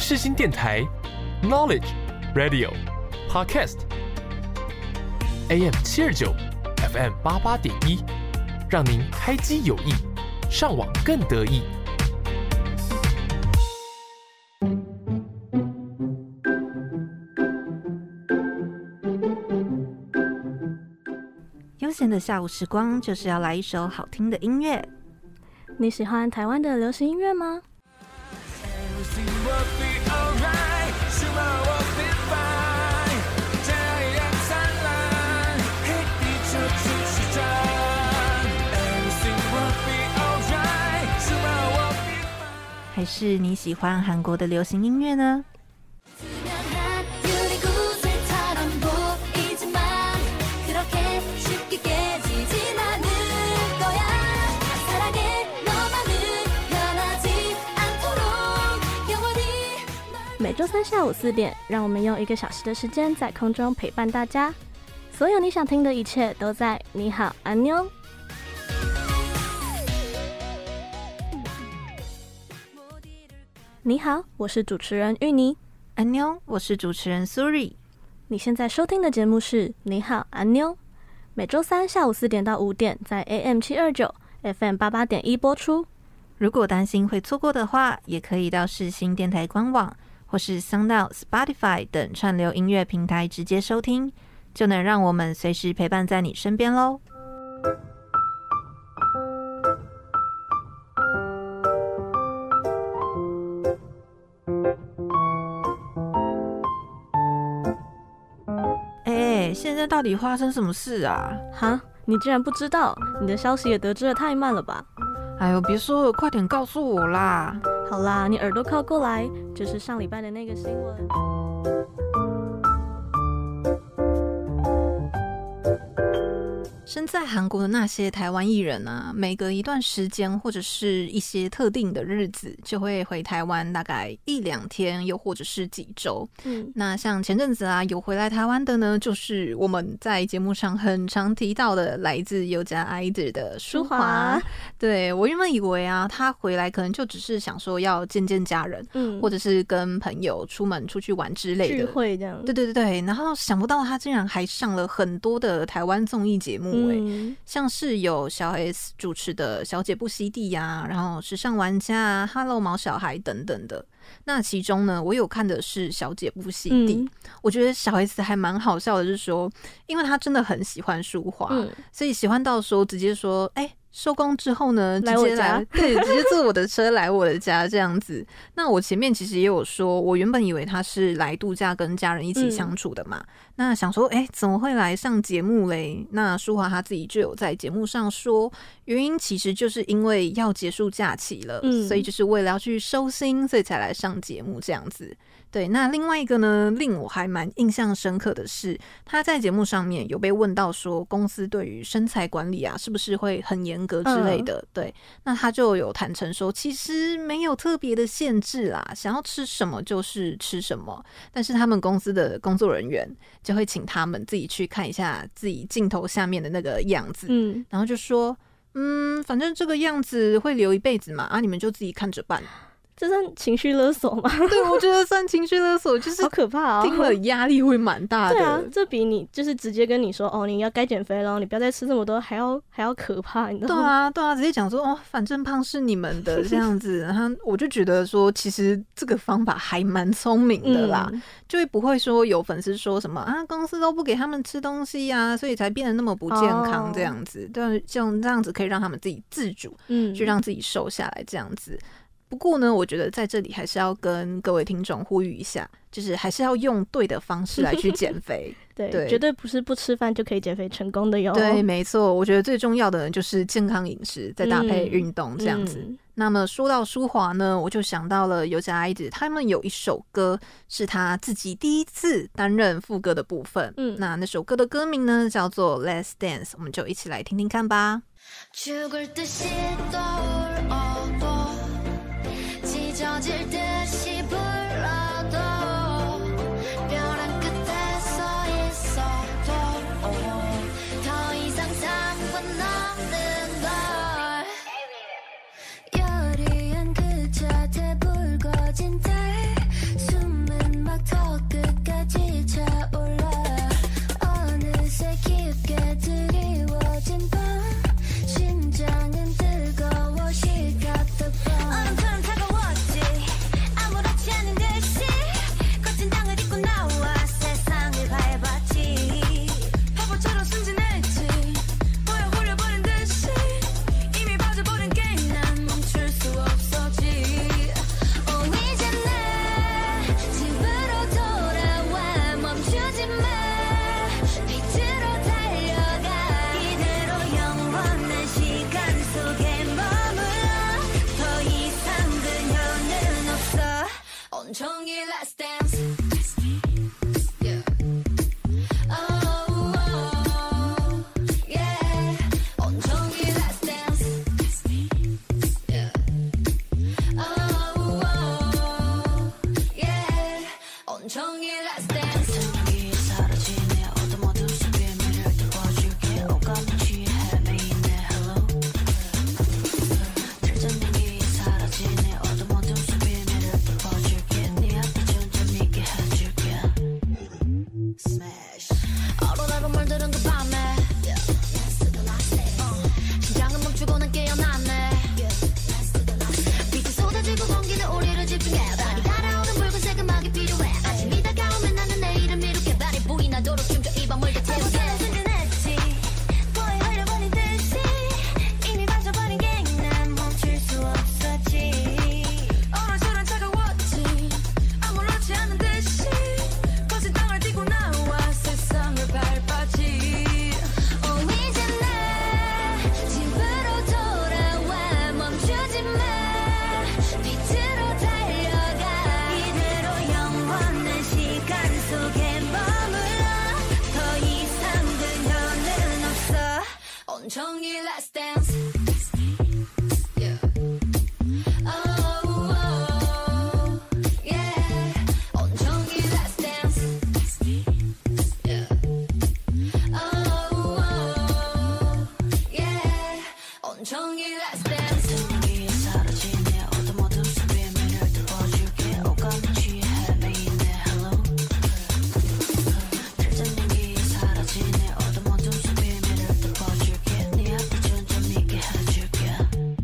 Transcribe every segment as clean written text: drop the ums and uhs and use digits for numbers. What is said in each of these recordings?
世新电台 Knowledge Radio Podcast AM 729 FM 88.1，让您开机有益，上网更得意。 悠闲的下午时光，就是要来一首好听的音乐。 你喜欢台湾的流行音乐吗？ 还是你喜欢韩国的流行音乐呢？ 每周三下午4点，让我们用1个小时的时间在空中陪伴大家。所有你想听的一切都在你好安妞。你好，我是主持人玉妮。 安妞，我是主持人苏瑞。 你现在收听的节目是你好安妞，每周三下午4点到5点在 AM 729 FM 88.1播出。 如果担心会错过的话，也可以到世新电台官网或是 SoundOut、Spotify 等串流音乐平台直接收听，就能让我们随时陪伴在你身边咯。现在到底发生什么事啊？ 哈，你竟然不知道？你的消息也得知得太慢了吧？ 哎呦，别说了，快点告诉我啦！ 好啦，你耳朵靠过来，就是上礼拜的那个新闻。 身在韩国的那些台湾艺人啊，每隔一段时间或者是一些特定的日子，就会回台湾，大概1-2天，又或者是几周。那像前阵子啊，有回来台湾的呢，就是我们在节目上很常提到的，来自优家 idol 的舒华。对，我原本以为啊，他回来可能就只是想说要见见家人，或者是跟朋友出去玩之类的聚会这样。 对，然后想不到他竟然还上了很多的台湾综艺节目。像是有小 S 主持的小姐不熙娣啊，然后时尚玩家啊 Hello 毛小孩等等的。那其中呢，我有看的是小姐不熙娣，我觉得小 S 还蛮好笑的，就是说因为她真的很喜欢舒华，所以喜欢到说直接说收工之后呢，直接来，对，直接坐我的车来我的家这样子。那我前面其实也有说，我原本以为他是来度假跟家人一起相处的嘛，那想说怎么会来上节目嘞？那舒华他自己就有在节目上说，原因其实就是因为要结束假期了，所以就是为了要去收心，所以才来上节目这样子。对，那另外一个呢，令我还蛮印象深刻的是，他在节目上面有被问到说，公司对于身材管理啊，是不是会很严格之类的？对，那他就有坦诚说，其实没有特别的限制啦，想要吃什么就是吃什么，但是他们公司的工作人员就会请他们自己去看一下自己镜头下面的那个样子，然后就说，反正这个样子会留一辈子嘛，你们就自己看着办。 这算情绪勒索吗？ 对，我觉得算情绪勒索，就是好可怕哦， 听了压力会蛮大的。 对啊，这比你就是直接跟你说你要该减肥了，你不要再吃这么多，还要可怕，你知道吗？ 对啊，直接讲说反正胖是你们的这样子，然后我就觉得说，其实这个方法还蛮聪明的啦，就会不会说有粉丝说什么公司都不给他们吃东西啊，所以才变得那么不健康这样子。对，像这样子可以让他们自己自主，去让自己瘦下来这样子。不过呢，我觉得在这里还是要跟各位听众呼吁一下，就是还是要用对的方式来去减肥。 对，绝对不是不吃饭就可以减肥成功的哟。 对，没错，我觉得最重要的就是健康饮食，再搭配运动这样子。那么说到舒华呢，我就想到了优家 idol 他们有一首歌是他自己第一次担任副歌的部分。那首歌的歌名呢叫做 Let's Dance， 我们就一起来听听看吧。 온종일 Let's Dance yeah. 온종일 Let's Dance yeah. yeah. 온종일 Let's Dance yeah. yeah. 온종일 Let's Dance 분위기에 사라지네 어둠 어둠 속에 매를 덮어줄게 오감에 취해 매일 내 hello 들뜬 분위기에 사라지네 어둠 어둠 속에 매를 덮어줄게 네 앞에 점점 있게 해줄게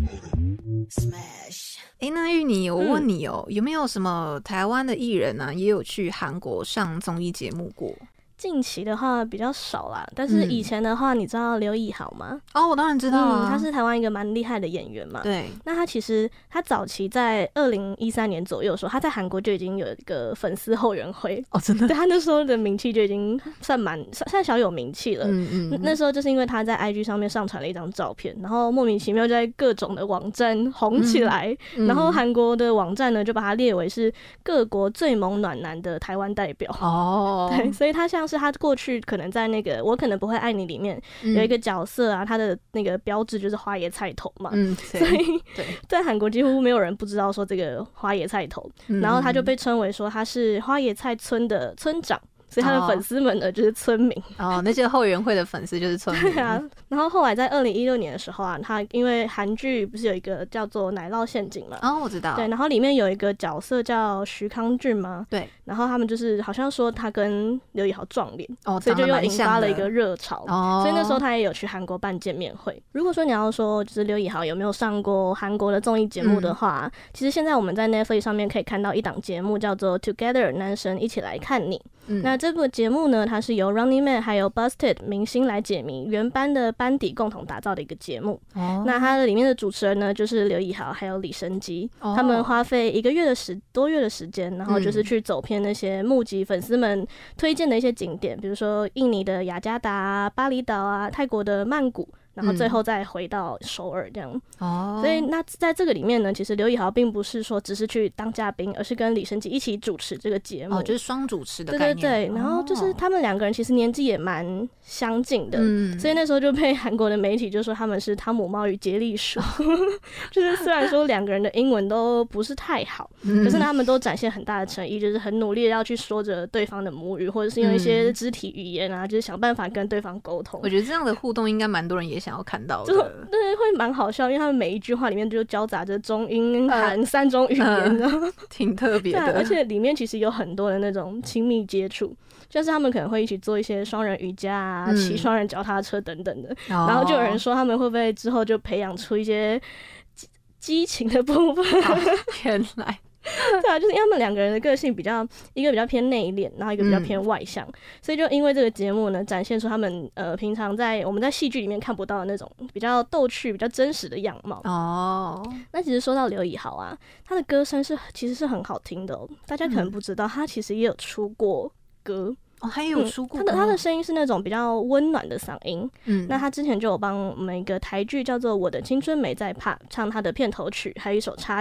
Smash 那玉妮，我问你哦，有没有什么台湾的艺人啊，也有去韩国上综艺节目过？ 近期的话比较少啦，但是以前的话，你知道刘以豪吗？ 哦，我当然知道啊， 他是台湾一个蛮厉害的演员嘛。 对， 那他其实他早期在2013年左右的时候，他在韩国就已经有一个粉丝后援会哦，真的， 对他那时候的名气就已经算小有名气了。那时候就是因为他在 IG 上面上传了一张照片，然后莫名其妙就在各种的网站红起来，然后韩国的网站呢就把他列为是各国最萌暖男的台湾代表。 哦， 对，所以他像是他过去可能在那个我可能不会爱你里面有一个角色啊，他的那个标志就是花椰菜头嘛，所以在韩国几乎没有人不知道说这个花椰菜头，然后他就被称为说他是花椰菜村的村长。所以他的粉丝们呢就是村民哦，那些后援会的粉丝就是村民。 对啊，然后后来在2016年的时候啊，他因为韩剧不是有一个叫做《奶酪陷阱》嘛？ 哦，我知道。 对，然后里面有一个角色叫徐康俊嘛？ 对。 然后他们就是好像说他跟刘以豪撞脸， 哦， 所以就又引发了一个热潮。哦，所以那时候他也有去韩国办见面会。如果说你要说就是刘以豪有没有上过韩国的综艺节目的话，其实现在我们在 Netflix 上面可以看到一档节目叫做 Together 男神一起来看你。那这部节目呢，它是由 Running Man 还有 Busted 明星来解谜，原班的班底共同打造的一个节目。那它的里面的主持人呢，就是刘以豪还有李昇基，他们花费1个月的多月的时间，然后就是去走遍那些募集粉丝们推荐的一些景点，比如说印尼的雅加达啊、巴厘岛啊、泰国的曼谷。然后最后再回到首尔这样。所以那在这个里面呢，其实刘以豪并不是说只是去当嘉宾，而是跟李昇基一起主持这个节目。 就是双主持的概念。 对，然后就是他们两个人其实年纪也蛮相近的，所以那时候就被韩国的媒体就说他们是汤姆猫与杰利鼠。就是虽然说两个人的英文都不是太好，可是他们都展现很大的诚意，就是很努力的要去说着对方的母语，或者是用一些肢体语言啊，就是想办法跟对方沟通。 我觉得这样的互动应该蛮多人也想要看到的， 对，会蛮好笑，因为他们每一句话里面就交杂着中英韩3种语言， 挺特别的。 而且里面其实有很多的那种亲密接触，就是他们可能会一起做一些双人瑜伽啊、骑双人脚踏车等等的。然后就有人说他们会不会之后就培养出一些激情的部分？ 原来。 对啊，就是因为他们两个人的个性一个比较偏内敛，然后一个比较偏外向，所以就因为这个节目呢，展现出他们平常我们在戏剧里面看不到的那种比较逗趣、比较真实的样貌。那其实说到刘以豪啊，他的歌声其实是很好听的哦，大家可能不知道，他其实也有出过歌。 他也有出过他的声音是那种比较温暖的嗓音。那他之前就有帮我们一个台剧叫做《我的青春没在怕》唱他的片头曲，还有一首插曲。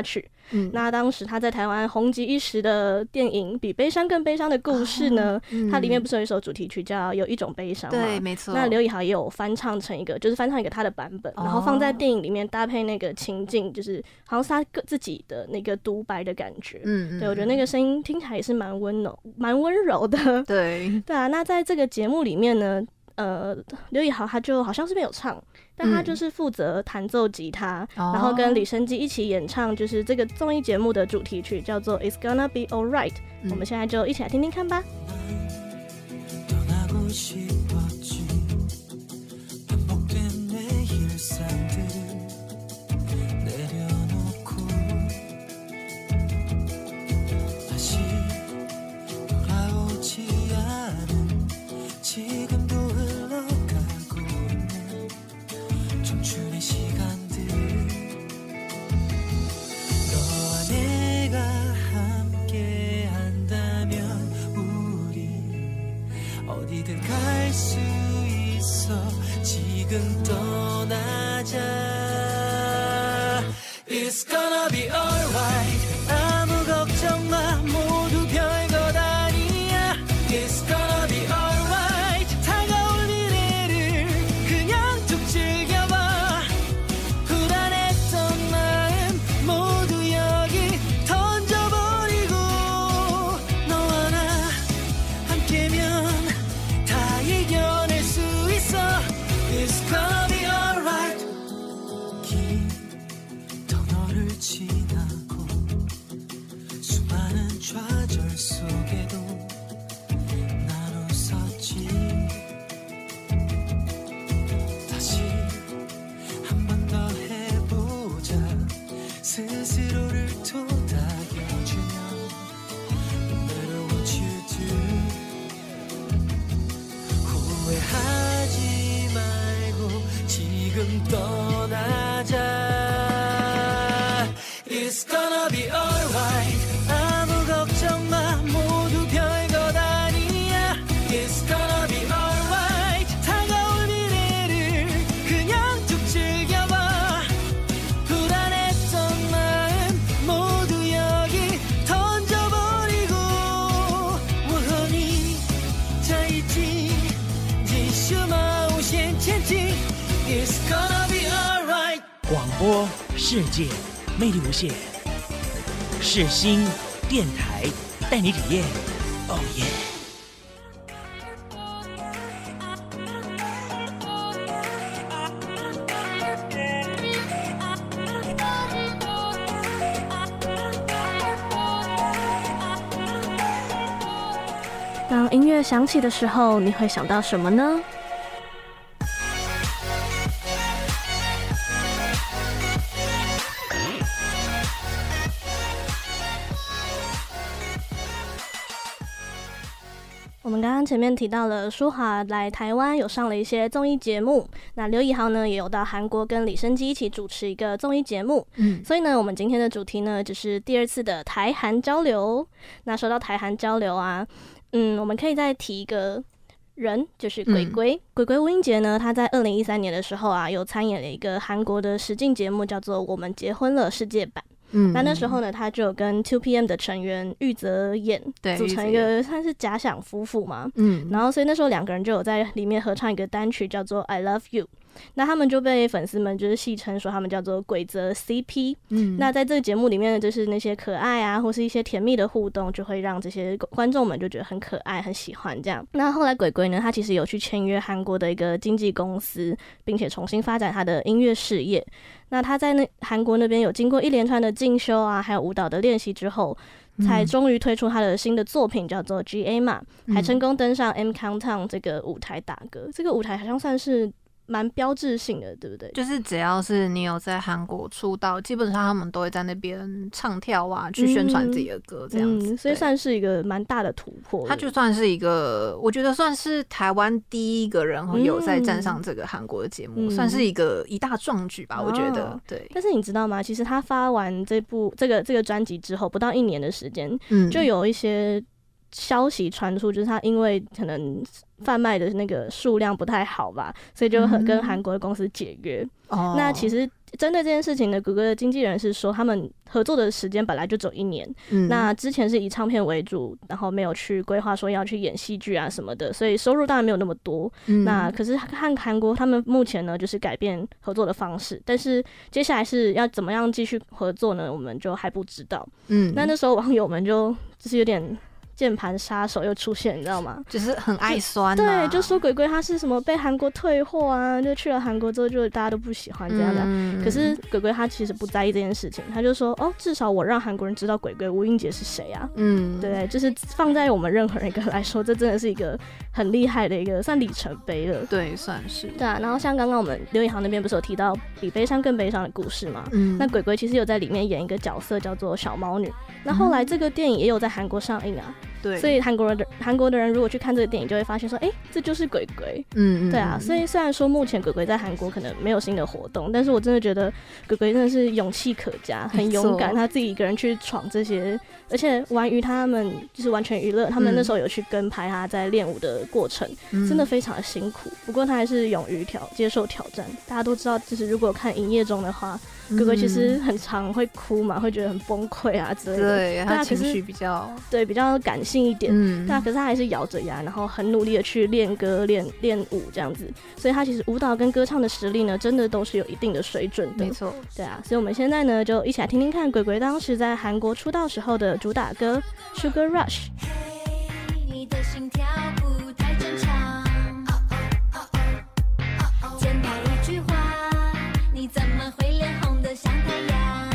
那当时他在台湾红极一时的电影《比悲伤更悲伤的故事》呢，它里面不是有一首主题曲叫《有一种悲伤》吗？ 对，没错。 那刘以豪也有翻唱成一个，就是翻唱一个他的版本，然后放在电影里面搭配那个情境，就是好像是他自己的那个独白的感觉。对，我觉得那个声音听起来也是蛮温柔的。对啊，那在这个节目里面呢，刘以豪他就好像是没有唱，但他就是负责弹奏吉他，然后跟李昇基一起演唱，就是这个综艺节目的主题曲，叫做 It's Gonna Be Alright。我们现在就一起来听听看吧。 어디든 갈 수 있어 지금 떠나자 It's gonna be alright 아무 걱정 마 모두 별것 아니야 It's gonna be alright 다가올 미래를 그냥 쭉 즐겨봐 불안했던 마음 모두 여기 던져버리고 너와 나 함께면 이겨낼 수 있어 It's gonna be alright 긴 터널을 지나고 수많은 좌절 속에도 난 웃었지 다시 한 번 더 해보자 스스로를 토닥여주면 No matter what you do 후회하지 말고 지금 떠나자 It's gonna be alright 아무 걱정 마 모두 별것 아니야 It's gonna be alright 다가올 미래를 그냥 쭉 즐겨봐 불안했던 마음 모두 여기 던져버리고 원혼이 자있지 It's gonna be alright 广播世界魅力无限，世新电台带你体验。Oh yeah！ 当音乐响起的时候，你会想到什么呢？我们刚刚前面提到了舒华来台湾有上了一些综艺节目，那刘以豪呢也有到韩国跟李昇基一起主持一个综艺节目，所以呢我们今天的主题呢就是第二次的台韩交流。那说到台韩交流啊，我们可以再提一个人，就是鬼鬼。鬼鬼吴英杰呢，他在2013年的时候啊，有参演了一个韩国的实境节目，叫做《我们结婚了》世界版。那时候呢，他就有跟 2PM 的成员玉泽演组成一个算是假想夫妇嘛。然后所以那时候两个人就有在里面合唱一个单曲，叫做 I Love You。那他们就被粉丝们就是戏称说他们叫做鬼泽 CP。那在这个节目里面呢，就是那些可爱啊，或是一些甜蜜的互动，就会让这些观众们就觉得很可爱、很喜欢这样。那后来鬼鬼呢，他其实有去签约韩国的一个经纪公司，并且重新发展他的音乐事业。那他在韩国那边有经过一连串的进修啊，还有舞蹈的练习之后，才终于推出他的新的作品，叫做 GA 嘛，还成功登上 M Countdown 这个舞台打歌。这个舞台好像算是蛮标志性的，对不对？ 就是只要是你有在韩国出道，基本上他们都会在那边唱跳啊，去宣传自己的歌这样子， 所以算是一个蛮大的突破。 他就算是一个，我觉得算是台湾第一个人有在站上这个韩国的节目，算是一大壮举吧，我觉得。对。 但是你知道吗？其实他发完这个专辑之后，不到1年的时间，就有一些消息传出，就是他因为可能贩卖的那个数量不太好吧，所以就跟韩国的公司解约。那其实针对这件事情呢，哥哥的经纪人是说，他们合作的时间本来就只有1年，那之前是以唱片为主，然后没有去规划说要去演戏剧啊什么的，所以收入当然没有那么多。那可是和韩国他们目前呢，就是改变合作的方式，但是接下来是要怎么样继续合作呢？我们就还不知道。那时候网友们就是有点键盘杀手又出现，你知道吗？ 就是很爱酸对，就说鬼鬼他是什么被韩国退货啊，就去了韩国之后就大家都不喜欢这样的。可是鬼鬼他其实不在意这件事情，他就说至少我让韩国人知道鬼鬼吴英杰是谁啊。对，就是放在我们任何人来说，这真的是一个很厉害的一个算里程碑了。 对，算是。 对啊，然后像刚刚我们刘以航那边不是有提到比悲伤更悲伤的故事吗？那鬼鬼其实有在里面演一个角色叫做小猫女，那后来这个电影也有在韩国上映啊。 对， 所以韩国的人如果去看这个电影，就会发现说，这就是鬼鬼。对啊，所以虽然说目前鬼鬼在韩国可能没有新的活动，但是我真的觉得鬼鬼真的是勇气可嘉，很勇敢，他自己一个人去闯这些，而且玩娱他们就是完全娱乐，他们那时候有去跟拍他在练舞的过程，真的非常的辛苦，不过他还是勇于接受挑战。大家都知道，就是如果看营业中的话，鬼鬼其实很常会哭嘛，会觉得很崩溃啊之类的。 对，他情绪比较感性一点。对啊，可是他还是咬着牙，然后很努力的去练歌、练舞这样子。所以他其实舞蹈跟歌唱的实力呢，真的都是有一定的水准的。 没错。 对啊，所以我们现在呢，就一起来听听看鬼鬼当时在韩国出道时候的主打歌《Sugar Rush》。 你的心跳不太正常，简单一句话，你怎么会脸红得像太阳？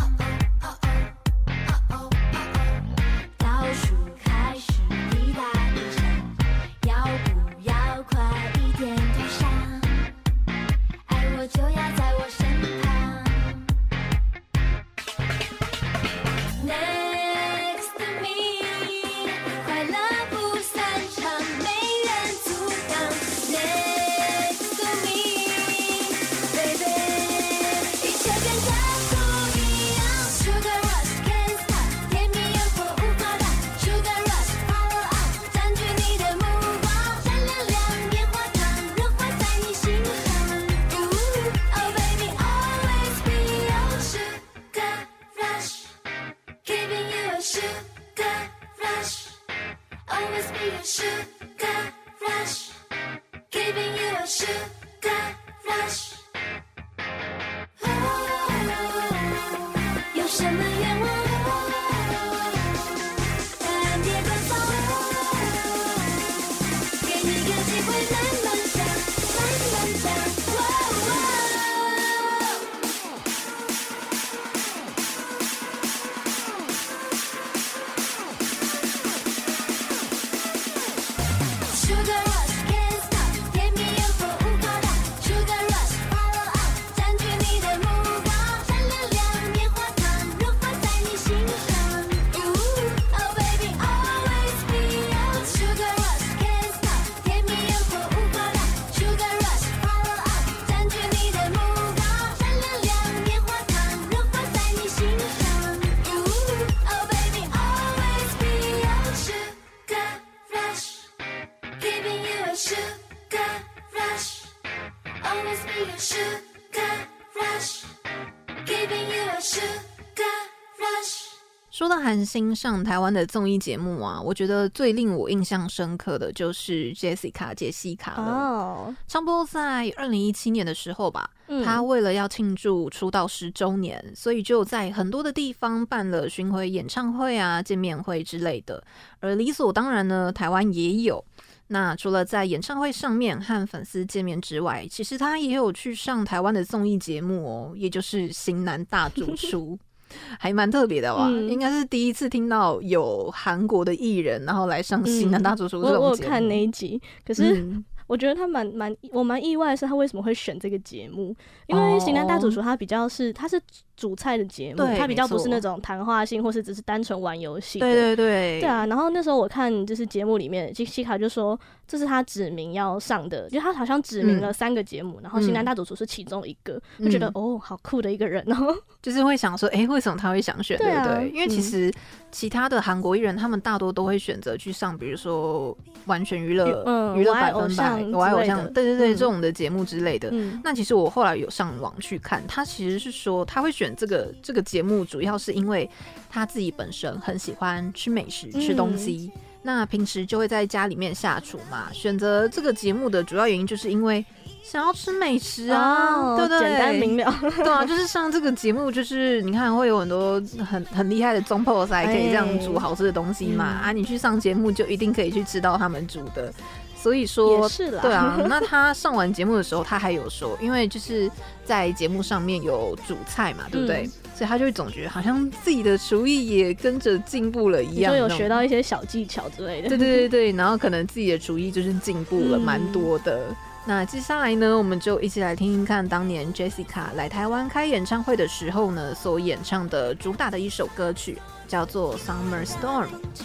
倒数开始，滴答一声，要不要快一点退上？爱我就要在我身旁。Next to me， 快乐不散场，没人阻挡。Next to me，baby， 一切变得不一样。Sugar rush can't stop， 甜蜜诱惑无法挡。Sugar rush follow up， 占据你的目光，闪亮亮棉花糖，融化在你心上。Oh baby always be your sugar rush，giving you a sugar rush，always be your sugar rush，giving you a sugar rush。有什么愿望？答案别官方，给你个机会慢慢想，慢慢想。Sugar rush can't stop， 甜蜜诱惑无法挡。Sugar rush follow up， 占据你的目光，闪亮亮棉花糖，融化在你心上。Oh baby always be your sugar rush can't stop， 甜蜜诱惑无法挡。Sugar rush follow up， 占据你的目光，闪亮亮棉花糖，融化在你心上。Oh baby always be your sugar rush。Giving you a sugar rush, always be a sugar rush. Giving you a sugar rush. 说到韩星上台湾的综艺节目啊，我觉得最令我印象深刻的就是 Jessica 杰西卡了。差不多在2017年的时候吧，她为了要庆祝出道10周年，所以就在很多的地方办了巡回演唱会啊、见面会之类的。而理所当然呢，台湾也有。那除了在演唱会上面和粉丝见面之外，其实他也有去上台湾的综艺节目哦，也就是《型男大主厨》。还蛮特别的哇，应该是第一次听到有韩国的艺人然后来上《型男大主厨》这种节目。 我有看那一集，可是我觉得他我蛮意外的是他为什么会选这个节目，因为型男大主厨他是煮菜的节目，他比较不是那种谈话性或是只是单纯玩游戏的。对啊。然后那时候我看就是节目里面西卡就说这是他指名要上的，就他好像指名了3个节目，然后型男大主厨是其中一个，就觉得好酷的一个人哦， 就是会想说为什么他会想选，对不对？因为其实其他的韩国艺人他们大多都会选择去上比如说完全娱乐百分百、我爱偶像，对这种的节目之类的。那其实我后来有上网去看，他其实是说他会选这个节目，主要是因为他自己本身很喜欢吃美食、吃东西，那平时就会在家里面下厨嘛。选择这个节目的主要原因就是因为想要吃美食啊，对不对？ 简单明了。 对啊，就是上这个节目，就是你看会有很多很厉害的中破塞可以这样煮好吃的东西嘛。你去上节目就一定可以去吃到他们煮的。所以说， 也是啦， 对啊。那他上完节目的时候，他还有说，因为就是在节目上面有煮菜嘛，对不对？所以他就会总觉得好像自己的厨艺也跟着进步了一样， 就有学到一些小技巧之类的。 对，然后可能自己的厨艺就是进步了蛮多的。那接下来呢，我们就一起来听听看当年 Jessica 来台湾開演唱會的時候呢，所演唱的主打的一首歌曲，叫做 Summer Storm。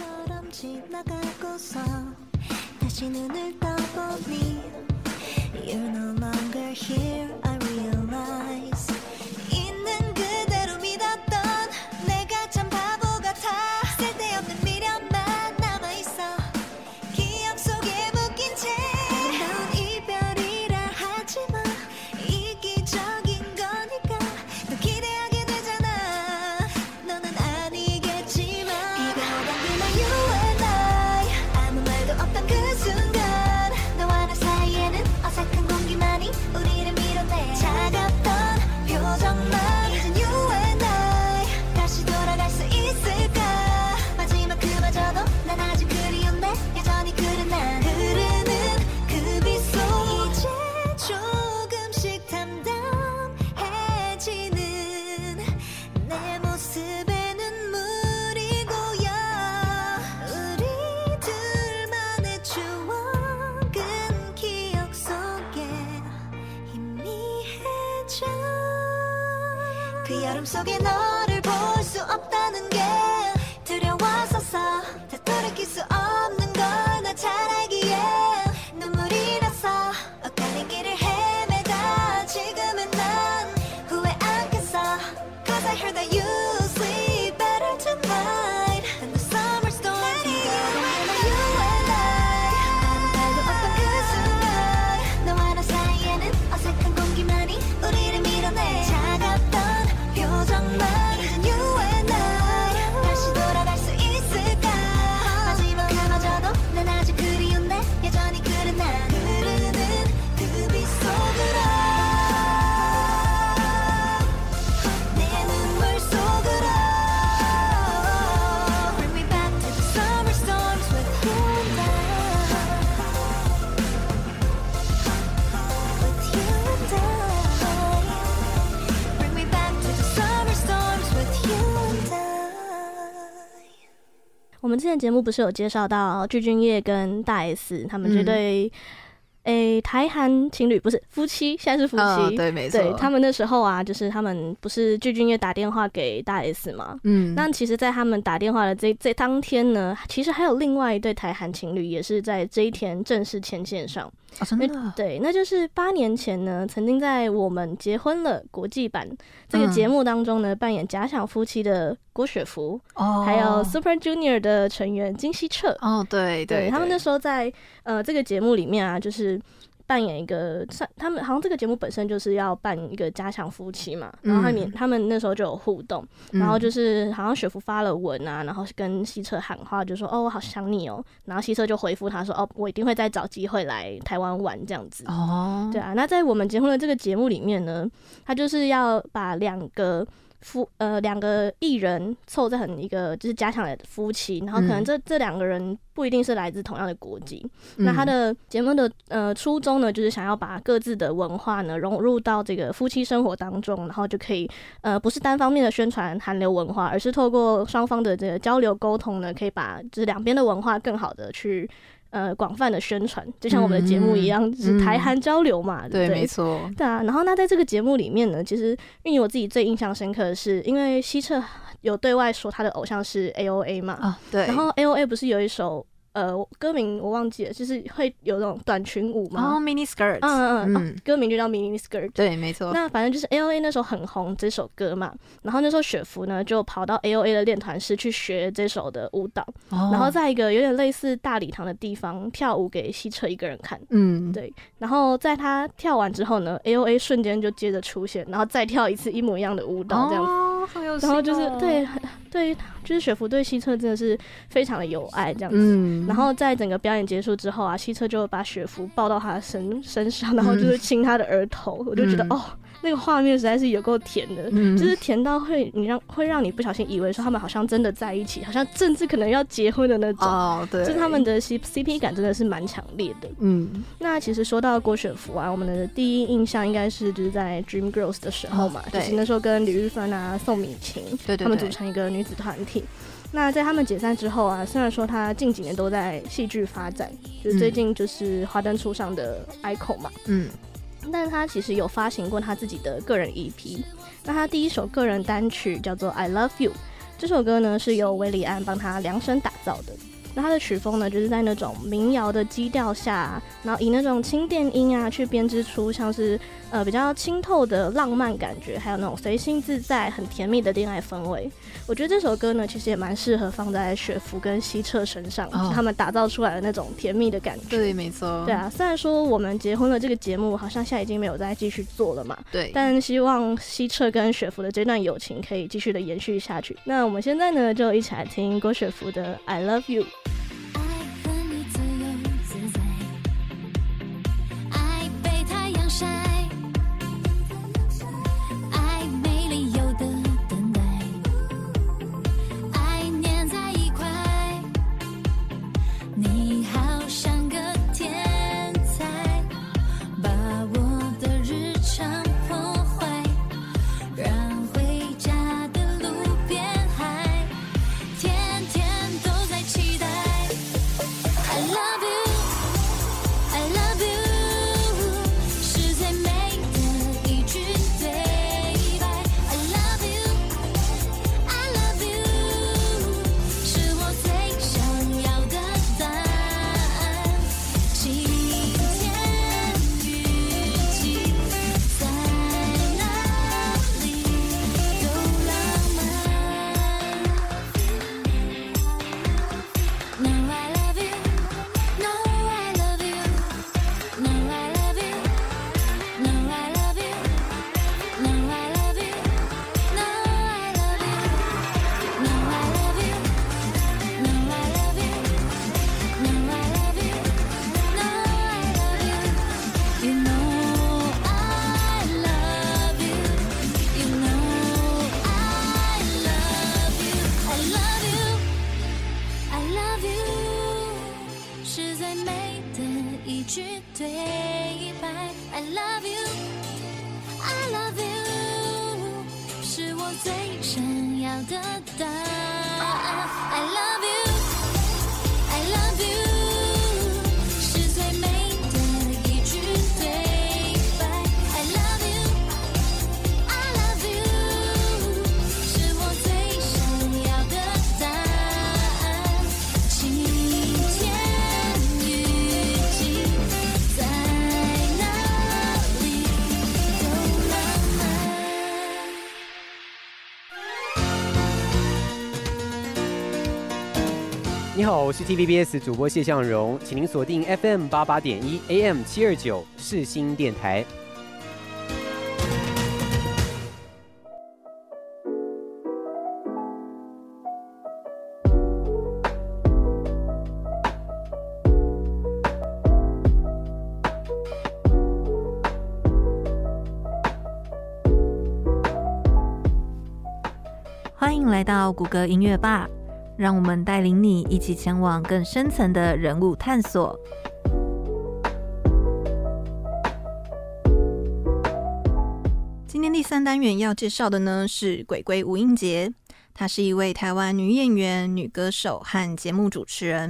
다시 눈을 떠보니 You're no longer here I realize 있는 그대로 믿었던 내가 참 바보 같아 쓸데없는 미련만 남아있어 기억 속에 묶인 채 아름다운 이별이라 하지마 이기적인 거니까 또 기대하게 되잖아 너는 아니겠지만 비가 오던 그날 you and I 아무 말도 없던 그 순간 너와 나 사이에는 어색한 공기만이 우리를 밀어내 차갑던 표정만 이젠 you and I 다시 돌아갈 수 있을까 마지막 그마저도 난 아직 그리운데 여전히 그런 난 흐르는 그 빛 속 이제 조금씩 담담해지는 내 모습에 눈물이 고여 우리 둘만의 추억은 기억 속에 희미해져 그 여름 속에 너를 볼 수 없다는 게 두려웠었어 다 돌이킬 수 없는 걸 나 잘 알기에 눈물이 났어 엇갈린 길을 헤매다 지금은 난 후회 않겠어 Cause I heard that you sleep better tonight than the summer storm You and I 아무 말도 없던 그 순간 너와 나 사이에는 어색한 공기만이 우리를 밀어내 차갑던 표정만 이젠 you and I 다시 돌아갈 수 있을까 마지막 그마저도 난 아직 그리운데 여전히 그런 난 흐르는 그 빛 속으로 내 눈물 속으로 Bring me back to the summer storms with you and I With you and I Bring me back to the summer storms with you and I 我们之前节目不是有介绍到具俊晔跟大 S 他们这对台韩情侣，不是夫妻，现在是夫妻。 对，没错。 对，他们那时候啊，就是他们不是具俊晔打电话给大 S 嘛？那其实，在他们打电话的这当天呢，其实还有另外一对台韩情侣，也是在这一天正式牵线上。 真的？ 对，那就是8年前呢，曾经在《我们结婚了》国际版这个节目当中呢，扮演假想夫妻的郭雪芙，还有 Super Junior 的成员金希澈。 对， 他们那时候在这个节目里面啊，就是扮演一个，他们好像这个节目本身就是要扮一个假想夫妻嘛，然后他们那时候就有互动，然后就是好像雪芙发了文啊，然后跟希澈喊话，就说我好想你哦，然后希澈就回复他说我一定会再找机会来台湾玩这样子。对啊，那在我们结婚的这个节目里面呢，他就是要把两个艺人凑成一个就是假想的夫妻，然后可能这两个人不一定是来自同样的国籍。那他的节目的初衷呢，就是想要把各自的文化呢融入到这个夫妻生活当中，然后就可以不是单方面的宣传韩流文化，而是透过双方的这个交流沟通呢，可以把就是两边的文化更好的去广泛的宣传，就像我们的节目一样，就是台韩交流嘛，对不对？ 对，没错。 对啊，然后那在这个节目里面呢，其实因为我自己最印象深刻的是，因为希澈有对外说他的偶像是 AOA 嘛， 对， 然后 AOA 不是有一首歌名我忘记了，就是会有那种短裙舞嘛 ，mini skirt， 歌名就叫 mini skirt， 对，没错。 那反正就是 AOA 那时候很红这首歌嘛，然后那时候雪芙呢就跑到 AOA 的练团室去学这首的舞蹈，然后在一个有点类似大礼堂的地方跳舞给希澈一个人看，对。然后在他跳完之后呢 ，AOA 瞬间就接着出现，然后再跳一次一模一样的舞蹈，这样子， 好有心然后就是对，就是雪芙对希澈真的是非常的有爱这样子。然后在整个表演结束之后啊，希澈就把雪芙抱到他的身上，然后就是亲他的额头，我就觉得那个画面实在是有够甜的，就是甜到会让你不小心以为说他们好像真的在一起，好像甚至可能要结婚的那种。对，就是他们的 CP 感真的是蛮强烈的。那其实说到郭雪芙啊，我们的第一印象应该是就是在 Dream Girls 的时候嘛，就是那时候跟李玉芬啊、宋敏琴他们组成一个女子团体。那在他们解散之后啊，虽然说他近几年都在戏剧发展，就是最近就是华灯初上的 ICO 嘛，但他其实有发行过他自己的个人 EP。那他第一首个人单曲叫做 I Love You， 这首歌呢是由韦礼安帮他量身打造的。那他的曲风呢，就是在那种民谣的基调下，然后以那种轻电音啊去编织出像是比较清透的浪漫感觉，还有那种随性自在、很甜蜜的恋爱氛围。我觉得这首歌呢，其实也蛮适合放在雪芙跟希澈身上，就是他们打造出来的那种甜蜜的感觉。 对，没错。 对啊，虽然说我们结婚了这个节目好像现在已经没有再继续做了嘛， 对， 但希望希澈跟雪芙的这段友情可以继续的延续下去。那我们现在呢，就一起来听郭雪芙的 I Love You。 你好，我是 TVBS 主播谢向荣，请您锁定 FM 88.1 AM 729世新电台。 欢迎来到谷歌音乐吧，让我们带领你一起前往更深层的人物探索。今天第3单元要介绍的呢是鬼鬼吴英杰，她是一位台湾女演员、女歌手和节目主持人，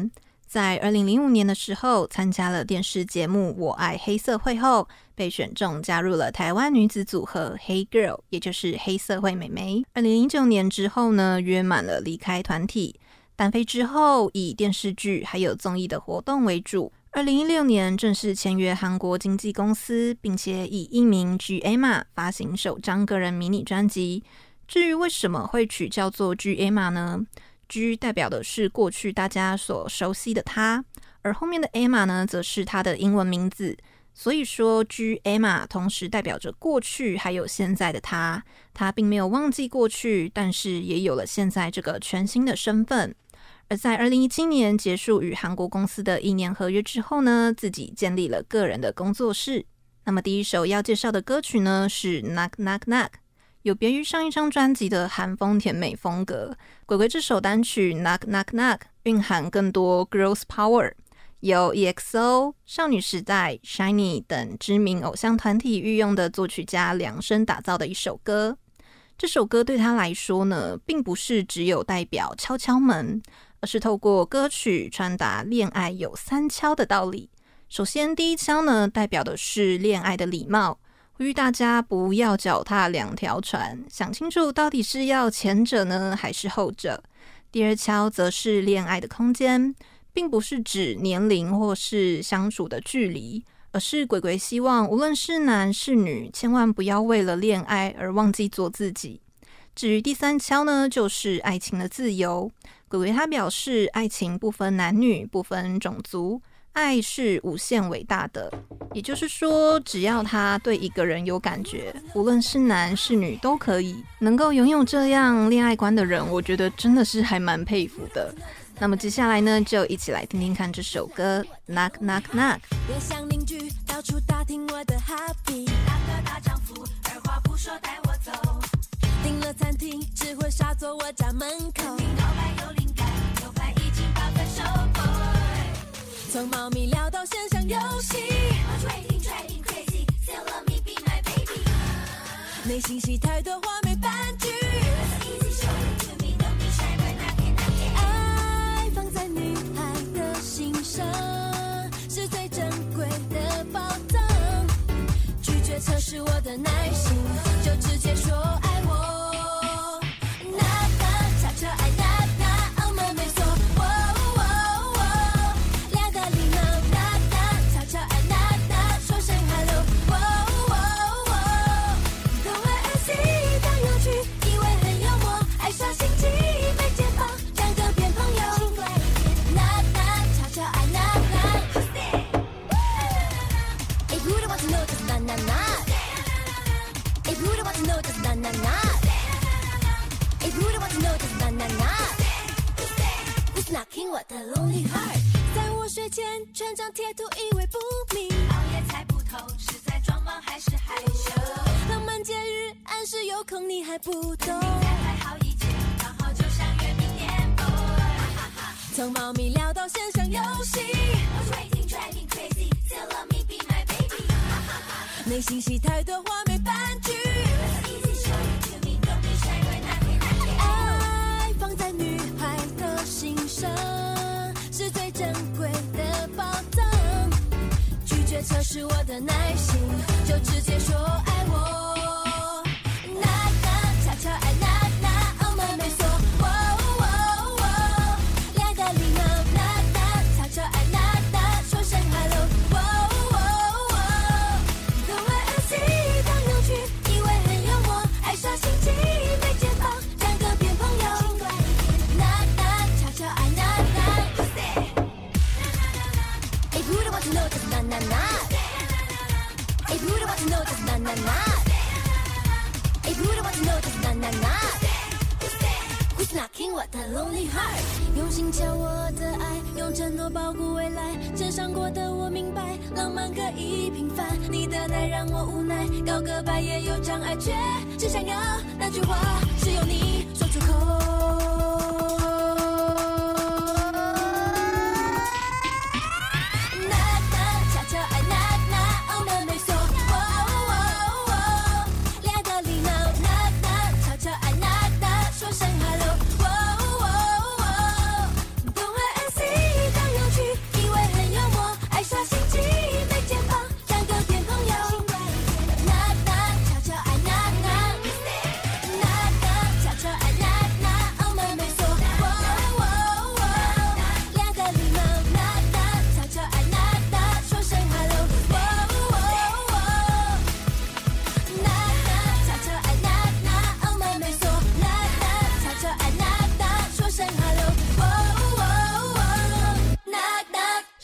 在2005年的时候，参加了电视节目《我爱黑社会》后，被选中加入了台湾女子组合 Hey Girl， 也就是黑社会美眉。2009年之后呢，约满了离开团体，单飞之后以电视剧还有综艺的活动为主。2016年正式签约韩国经纪公司，并且以艺名 G-Emma 发行首张个人迷你专辑。至于为什么会取叫做 G-Emma 呢？ G 代表的是过去大家所熟悉的她，而后面的 Emma 呢，则是她的英文名字。所以说 G-Emma 同时代表着过去还有现在的她，她并没有忘记过去，但是也有了现在这个全新的身份。而在2017年结束与韩国公司的1年合约之后呢，自己建立了个人的工作室。那么第一首要介绍的歌曲呢，是 Knock Knock Knock， 有别于上一张专辑的韩风甜美风格，鬼鬼这首单曲 Knock Knock Knock 蕴含更多 Girls Power， 由 EXO、少女时代、SHINee 等知名偶像团体御用的作曲家量身打造的一首歌。这首歌对他来说呢，并不是只有代表敲敲门，而是透过歌曲传达恋爱有3敲的道理。首先第一敲呢，代表的是恋爱的礼貌，呼吁大家不要脚踏2条船，想清楚到底是要前者呢，还是后者。第二敲则是恋爱的空间，并不是指年龄或是相处的距离，而是鬼鬼希望无论是男是女，千万不要为了恋爱而忘记做自己。至于第3敲呢，就是爱情的自由。鬼鬼他表示，爱情不分男女，不分种族，爱是无限伟大的。也就是说，只要他对一个人有感觉，无论是男是女都可以。能够拥有这样恋爱观的人，我觉得真的是还蛮佩服的。那么接下来呢，就一起来听听看这首歌 Knock Knock Knock。 别像邻居到处打听我的 hobby， 大哥大丈夫二话不说带我走，订了餐厅只会傻坐我家门口，肯定告白有灵感，有拍已经把分手 boy， 从猫咪聊到线上游戏 Trading crazy still love me be my baby， 内心戏太多话没半句， easy show it to me don't be shy when I can 爱放在女孩的心上是最珍贵的宝藏，拒绝测试我的耐心，就直接说爱我。那悄悄爱那我们没说，两个礼貌，那悄悄爱那说声 hello， 都会爱惜当有趣，以为很幽默，爱上心机没解放，两个变朋友。那悄悄爱那。If you don't want to know, just na na na. If you don't want to know, just na na na. If you don't want to know, just na na na. Who's knocking what the lonely heart？ 在我睡前全张贴图，以为不明，熬夜猜不透，是在装忙还是害羞？浪漫节日暗示有空，你还不懂。再还好一切，刚好就像月明点播。从猫咪聊到线上游戏 ，Trading crazy still love me be my baby。内心戏太多话没半句， easy show it to me don't be shy when I can 爱放在女孩的心上是最珍贵的宝藏，拒绝测试我的耐心，就直接说爱我。那悄悄爱那我们没说，两个礼貌，那悄悄爱那说声 hello。心机没解放，两个变朋友。那悄悄爱那。If you don't want to know, just na na na. If you don't want to know, just na na na. If you don't want to know, just na na na. Who's knocking what the lonely heart？ 用心敲我的爱，用承诺保护未来。真伤过的我明白，浪漫可以平凡。你的爱让我无奈，告个白也有障碍，却只想要那句话，只有你说出口。说声 hello， 都会爱惜当有趣，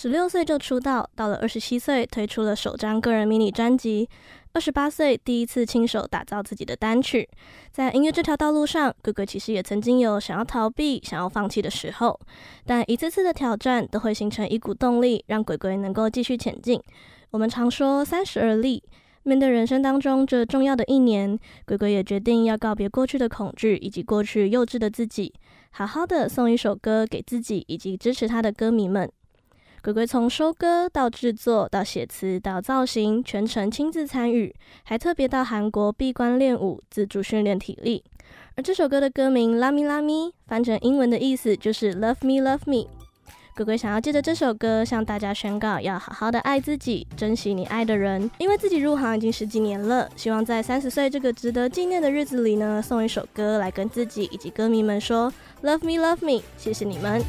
16岁就出道，到了27岁推出了首张个人迷你专辑，28岁第一次亲手打造自己的单曲。在音乐这条道路上，鬼鬼其实也曾经有想要逃避、想要放弃的时候，但一次次的挑战都会形成一股动力，让鬼鬼能够继续前进。我们常说30而立，面对人生当中这重要的一年，鬼鬼也决定要告别过去的恐惧以及过去幼稚的自己，好好的送一首歌给自己以及支持他的歌迷们。鬼鬼从收歌到制作到写词到造型，全程亲自参与，还特别到韩国闭关练舞，自主训练体力。而这首歌的歌名 Love Me Love Me 翻成英文的意思就是 Love Me Love Me。鬼鬼想要借着这首歌向大家宣告，要好好的爱自己，珍惜你爱的人。因为自己入行已经10几年了，希望在30岁这个值得纪念的日子里呢，送一首歌来跟自己以及歌迷们说 Love Me Love Me， 谢谢你们。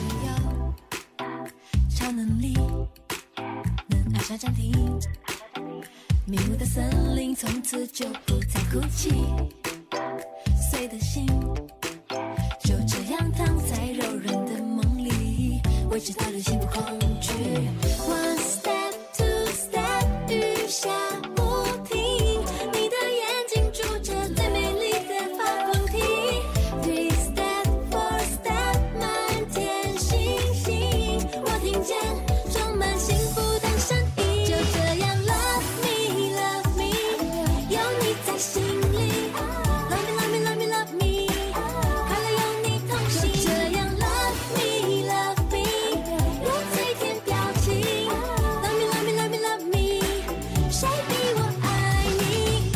超能力能按下暂停，迷雾的森林从此就不再哭泣，碎的心就这样躺在柔软的梦里，未知道的幸福恐惧。One step, two step， 雨下不停，你的眼睛住着最美丽的发光体。Three step, four step， 满天星星，我听见充满幸福的声音。就这样 love me love me， 有你在心里 love me love me love me love me， 快乐有你同行。就这样 love me love me， 用最甜表情 love me love me love me love me， 谁比我爱你。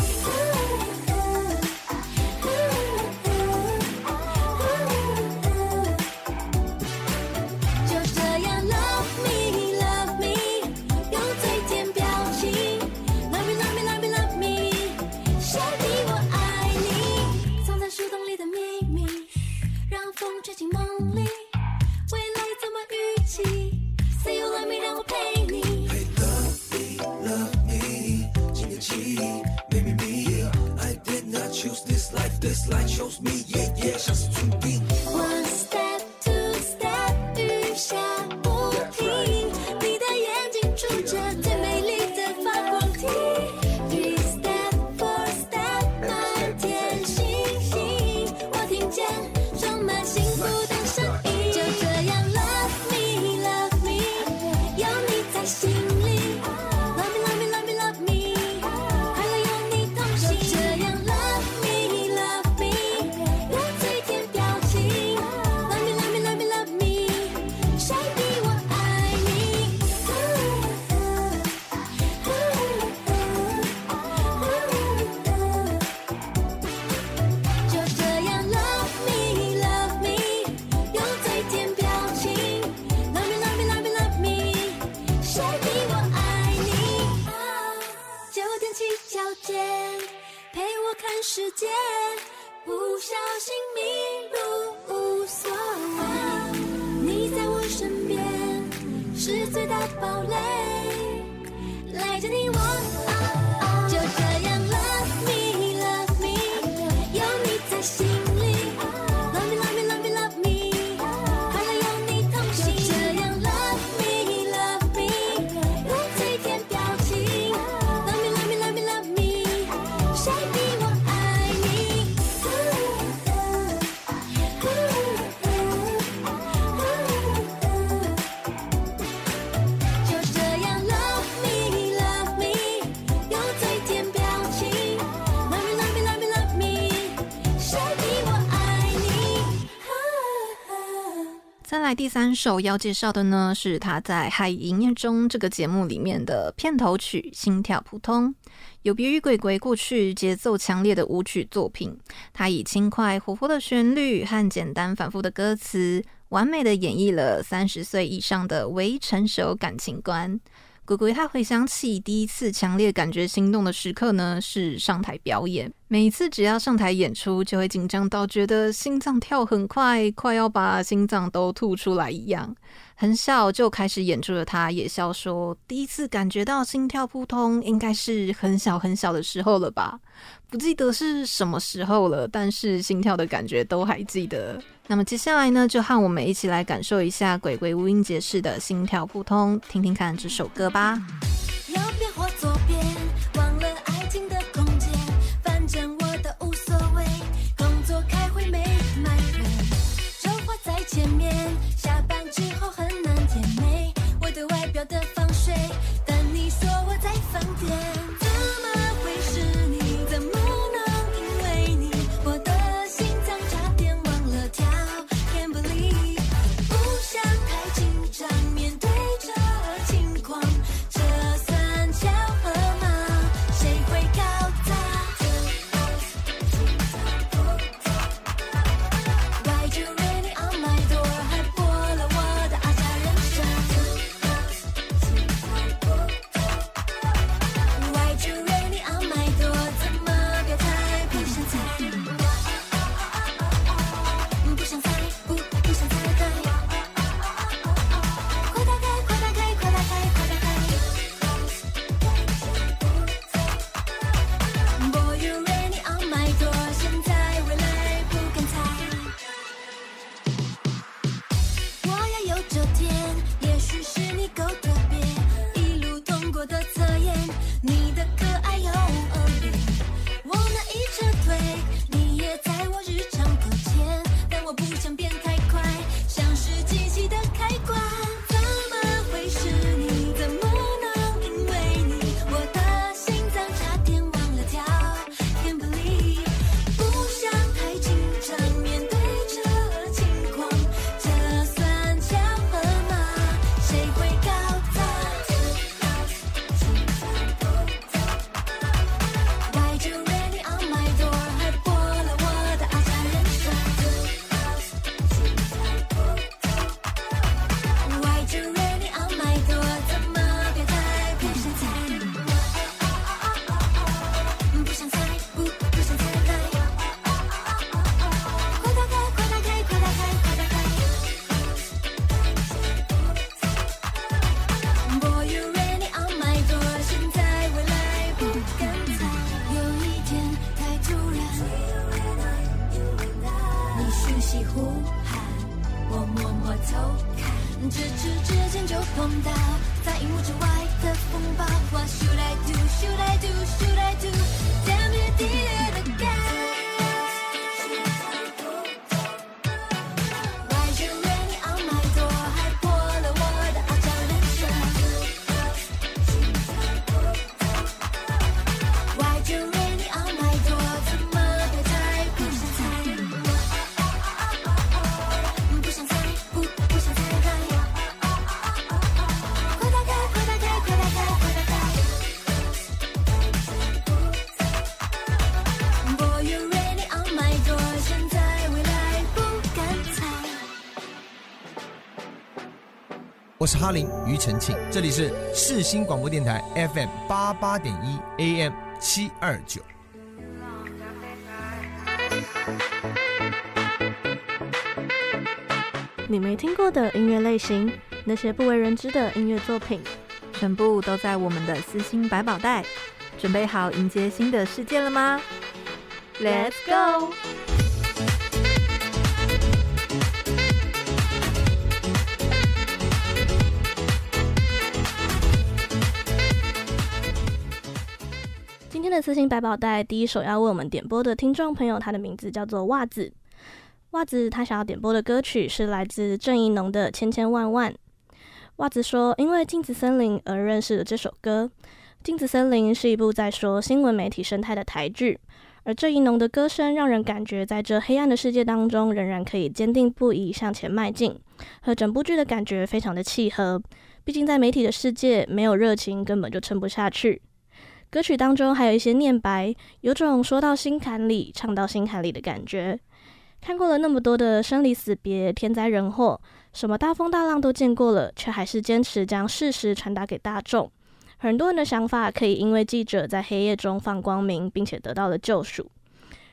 就这样 love me love me， 用最甜表情 love me love me love me love me， 谁比我爱你。藏在树洞里的秘密，让风吹进梦里，未来怎么预期 Say you love me， 让我陪你。 Love me， 今年起 Maybe me I did not choose this life chose me yeah 像是注定。 One step, two step， 雨下不停，你的眼睛住着最美丽的发光体。Three step, four step， 满天星星，我听见充满幸福的声音。就这样 love me love me， 有你在心里 love me love me love me love me， 快乐有你同行。就这样 love me love me， 用最甜表情 love me love me love me love me， 谁比我爱你。就这样 love me love me， 用最甜表情 love me love me love me love me， 谁比我爱你。就踮起脚尖陪我看世界，不小心迷路无所谓，你在我身边是最大堡垒，赖着你我就这样 love me love me， 有你在心里 love me love me love me love me， 快乐有你同行。就这样 love me love me， 用最甜表情 love me love me love me love me， 谁比我爱你。就这样 love me love me， 用最甜表情 love me love me love me love me， 谁比我爱你。 再来第3首要介绍的呢，是他在《海营业中》这个节目里面的片头曲《心跳扑通》。有别于鬼鬼过去节奏强烈的舞曲作品，他以轻快活泼的旋律和简单反复的歌词，完美的演绎了30岁以上的微成熟感情观。鬼鬼他回想起第一次强烈感觉心动的时刻呢，是上台表演。 每一次只要上台演出，就会紧张到觉得心脏跳很快，快要把心脏都吐出来一样。很小就开始演出的他也笑说，第一次感觉到心跳扑通应该是很小很小的时候了吧，不记得是什么时候了，但是心跳的感觉都还记得。那么接下来呢，就和我们一起来感受一下鬼鬼无音节式的心跳扑通，听听看这首歌吧。 右边或左边，忘了爱情的空间，反正我都无所谓，工作开会没埋怨，就画在前面，下班之后很难甜美，我对外表的防水，但你说我在放电，怎么会是你，怎么能因为你，我的心脏差点忘了跳， Can't believe， 不想太紧张，面对这情况，这算巧合吗？谁会搞砸？Why'd you really on my door？ 还破了我的阿家人生。Why'd you really on my door？ 怎么表态不想猜？不想猜，不想猜开。快打开，快打开，快打开，快打开。Boy you really on my door， 现在未来不敢猜。我要有这天，也许是你够特别，一路通过的测验，你的可爱又恶劣，我难以撤退，你也在我日常搁浅，但我不想变太快，像是机器的开关，怎么会是你，怎么能因为你，我的心脏差点忘了跳， Can't believe， 不想太紧张，面对这情况，这算巧合吗？谁会搞砸？Why'd you really on my door？ 还破了我的阿家人生。Why'd you really on my door？ 怎么表态不想猜？不想猜，不想猜开。快打开，快打开，快打开，快打开。Boy you really on my door， 现在未来不敢猜。有一天太突然，你讯息呼喊，我默默偷看，咫尺之间就碰到，在荧幕之外的风暴。What should I do? Should I do? Should I do? Tell me dear the guy。Why'd you really on my door？ 还破了我的阿家人生。Why'd you really on my door？ 怎么表态不想猜？不想猜，不想猜开。快打开，快打开，快打开，快打开。Boy you really on my door， 现在未来不敢猜。 我是哈林庾澄庆，这里是世新广播电台 FM 88.1 AM 729。 你没听过的音乐类型，那些不为人知的音乐作品， 全部都在我们的私心百宝袋，准备好迎接新的世界了吗？ Let's go！今天的私心百宝袋第一首要为我们点播的听众朋友，他的名字叫做袜子。袜子他想要点播的歌曲是来自郑宜农的《千千万万》。袜子说，因为镜子森林而认识了这首歌。镜子森林是一部在说新闻媒体生态的台剧，而郑宜农的歌声让人感觉在这黑暗的世界当中仍然可以坚定不移向前迈进，和整部剧的感觉非常的契合。毕竟在媒体的世界，没有热情根本就撑不下去。歌曲当中还有一些念白，有种说到心坎里唱到心坎里的感觉。看过了那么多的生离死别、天灾人祸，什么大风大浪都见过了，却还是坚持将事实传达给大众。很多人的想法可以因为记者在黑夜中放光明，并且得到了救赎。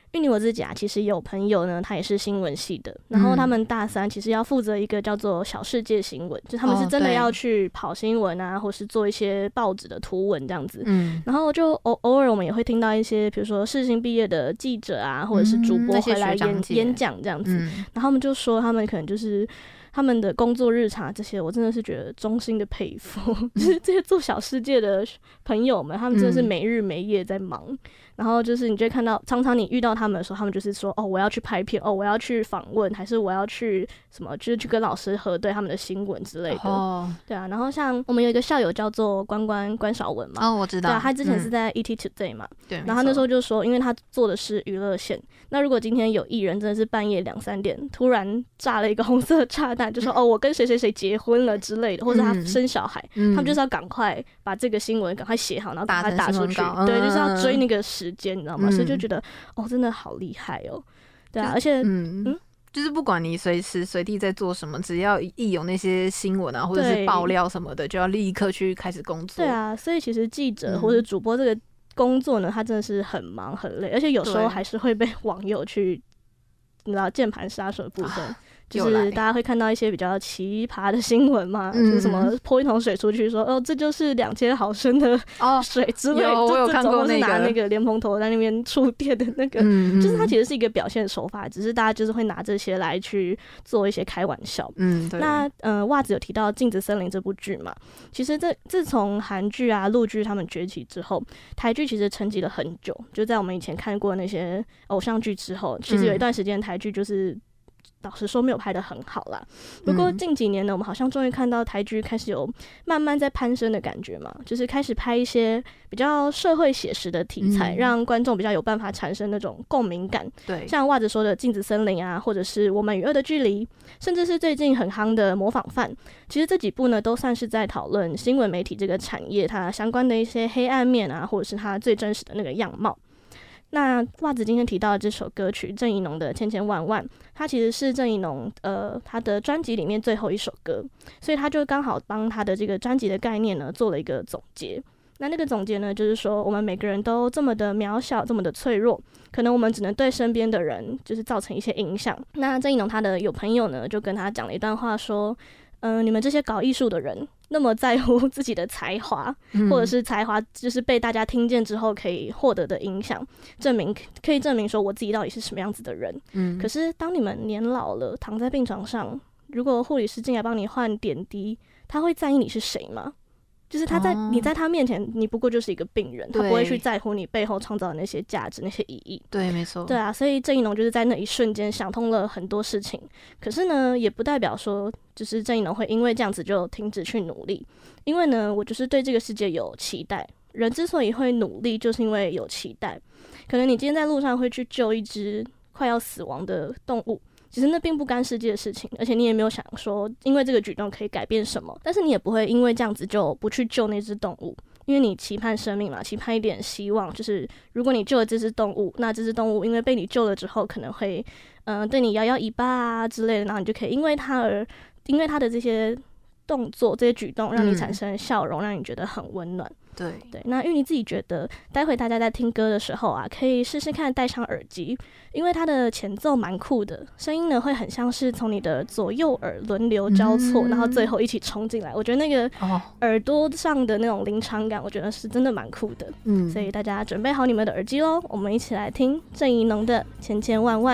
芋泥我自己啊，其实有朋友呢，他也是新闻系的，然后他们大三其实要负责一个叫做小世界新闻，就他们是真的要去跑新闻啊，或是做一些报纸的图文这样子。然后就偶尔我们也会听到一些，比如说世新毕业的记者啊，或者是主播回来演讲这样子，然后他们就说他们可能就是他们的工作日常这些，我真的是觉得衷心的佩服，就是这些做小世界的朋友们，他们真的是没日没夜在忙。然后就是你就会看到，常常你遇到他们的时候，他们就是说，哦，我要去拍片，哦，我要去访问，还是我要去什么，就是去跟老师核对他们的新闻之类的。对啊，然后像我们有一个校友叫做关少文嘛， 我知道， 对啊，他之前是在 ET Today 嘛，对，然后他那时候就说，因为他做的是娱乐线，那如果今天有艺人真的是半夜2、3点突然炸了一个红色炸弹，就说哦，我跟谁谁谁结婚了之类的，或者他生小孩，他们就是要赶快把这个新闻赶快写好，然后赶快打出去，对，就是要追那个时间，你知道吗？所以就觉得哦，真的好厉害哦，对啊，而且就是不管你随时随地在做什么，只要一有那些新闻啊，或者是爆料什么的，就要立刻去开始工作。对啊，所以其实记者或者主播这个工作呢，他真的是很忙很累，而且有时候还是会被网友去，你知道键盘杀手的部分。就是大家会看到一些比较奇葩的新闻嘛，就是什么泼一桶水出去说，哦，这就是2000毫升的水之类的， 我有看过那个， 拿那个莲蓬头在那边触电的那个，就是它其实是一个表现手法，只是大家就是会拿这些来去做一些开玩笑。对。那袜子有提到《镜子森林》这部剧嘛，其实自从韩剧啊、陆剧他们崛起之后，台剧其实沉寂了很久，就在我们以前看过那些偶像剧之后，其实有一段时间台剧就是老实说没有拍得很好啦，不过近几年呢，我们好像终于看到台剧开始有慢慢在攀升的感觉嘛，就是开始拍一些比较社会写实的题材，让观众比较有办法产生那种共鸣感。对，像袜子说的《镜子森林》啊，或者是《我们与恶的距离》，甚至是最近很夯的《模仿犯》，其实这几部呢都算是在讨论新闻媒体这个产业它相关的一些黑暗面啊，或者是它最真实的那个样貌。那袜子今天提到的这首歌曲郑宜农的《千千万万》，它其实是郑宜农他的专辑里面最后一首歌，所以他就刚好帮他的这个专辑的概念呢做了一个总结。那个总结呢，就是说我们每个人都这么的渺小，这么的脆弱，可能我们只能对身边的人就是造成一些影响。那郑宜农他的有朋友呢就跟他讲了一段话说，你们这些搞艺术的人那么在乎自己的才华，或者是才华就是被大家听见之后可以获得的影响，可以证明说我自己到底是什么样子的人。可是当你们年老了，躺在病床上，如果护理师进来帮你换点滴，他会在意你是谁吗？就是你在他面前，你不过就是一个病人，他不会去在乎你背后创造的那些价值、那些意义。对，没错。对啊，所以郑宜农就是在那一瞬间想通了很多事情。可是呢，也不代表说，就是郑宜农会因为这样子就停止去努力。因为呢，我就是对这个世界有期待。人之所以会努力，就是因为有期待。可能你今天在路上会去救一只快要死亡的动物。其实那并不干世界的事情，而且你也没有想说因为这个举动可以改变什么，但是你也不会因为这样子就不去救那只动物，因为你期盼生命嘛，期盼一点希望，就是如果你救了这只动物，那这只动物因为被你救了之后可能会对你摇摇尾巴啊之类的，然后你就可以因为它的这些动作、这些举动让你产生笑容，让你觉得很温暖。对，那因为你自己觉得待会大家在听歌的时候啊，可以试试看戴上耳机，因为它的前奏蛮酷的，声音呢会很像是从你的左右耳轮流交错，然后最后一起冲进来。我觉得那个耳朵上的那种临场感，我觉得是真的蛮酷的。所以大家准备好你们的耳机咯，我们一起来听郑宜农的《千千万万》。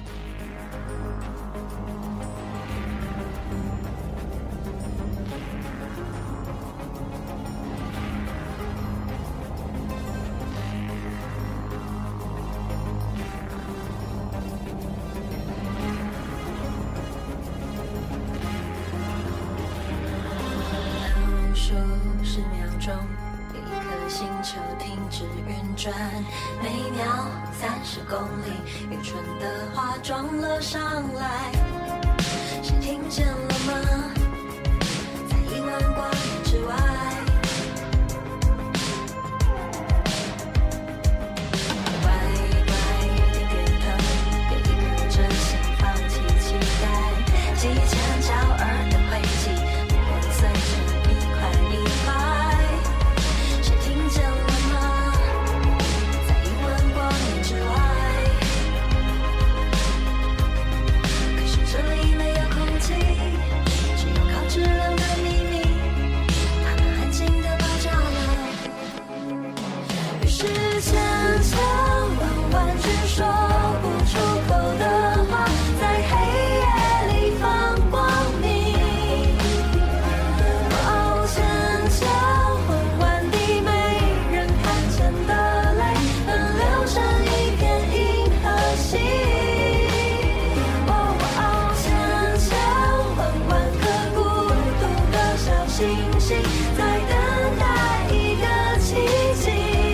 每秒30公里，愚蠢的话撞了上来，谁听见了吗？在1万光年之外，乖乖点头，别一个真心放弃期待，几千角耳的轨迹，不会随着一块一块，谁听见了吗？在1万光年之外。 星星，在等待一个奇迹。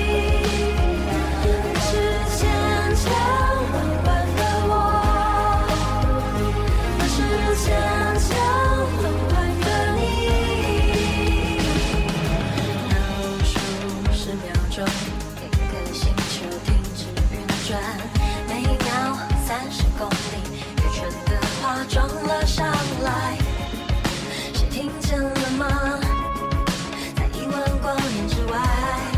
是牵强缓缓的我，那是牵强缓缓的你。倒数10秒钟，一个星球停止运转，每秒30公里，愚蠢的话撞了上来。谁听见了吗？在亿万光年之外。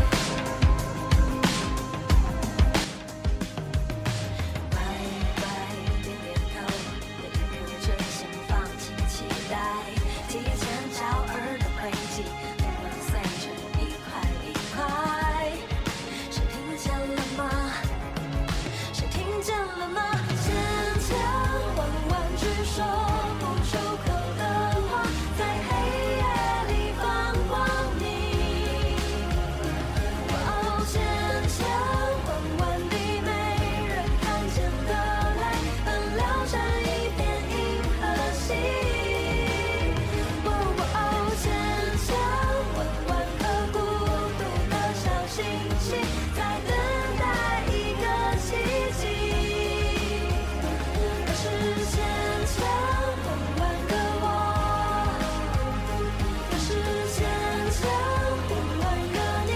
乖乖点点头，也印刻着先放弃期待，提前交耳的轨迹，慢慢碎成一块一块。谁听见了吗？谁听见了吗？牵强弯弯只说不出口的话，在黑夜里放光明。哦，牵强弯弯的没人看见的泪，奔流成一片银河系。哦，牵强弯弯和孤独的小星星，在等待一个奇迹。是牵强缓缓的我，是牵强缓缓的你。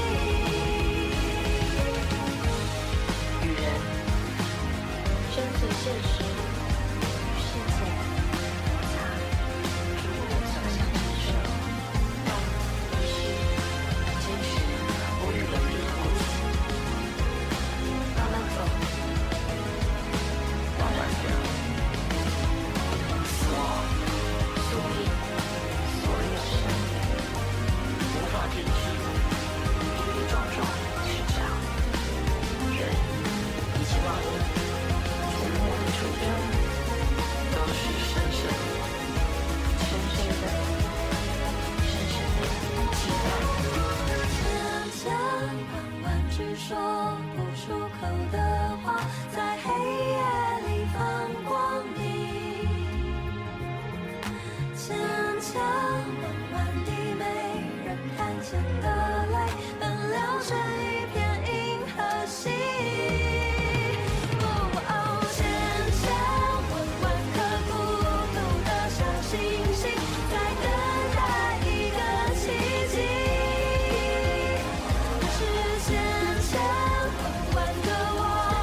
与人生存现实与世界摩擦，是我们所向之手，但你是坚持无与伦比的过去。慢慢走，慢慢走。所以，所有生命无法停止跌跌撞撞去找人，一起往你触摸的初衷，都是深深的、深深的、深深的期待。牵强弯弯只说不出口的话，在黑夜里放光明。牵强弯弯的没人看见的泪，奔流成一片银河系。哦，牵强弯弯和孤独的小星星，在等待一个奇迹。是牵强缓缓的我，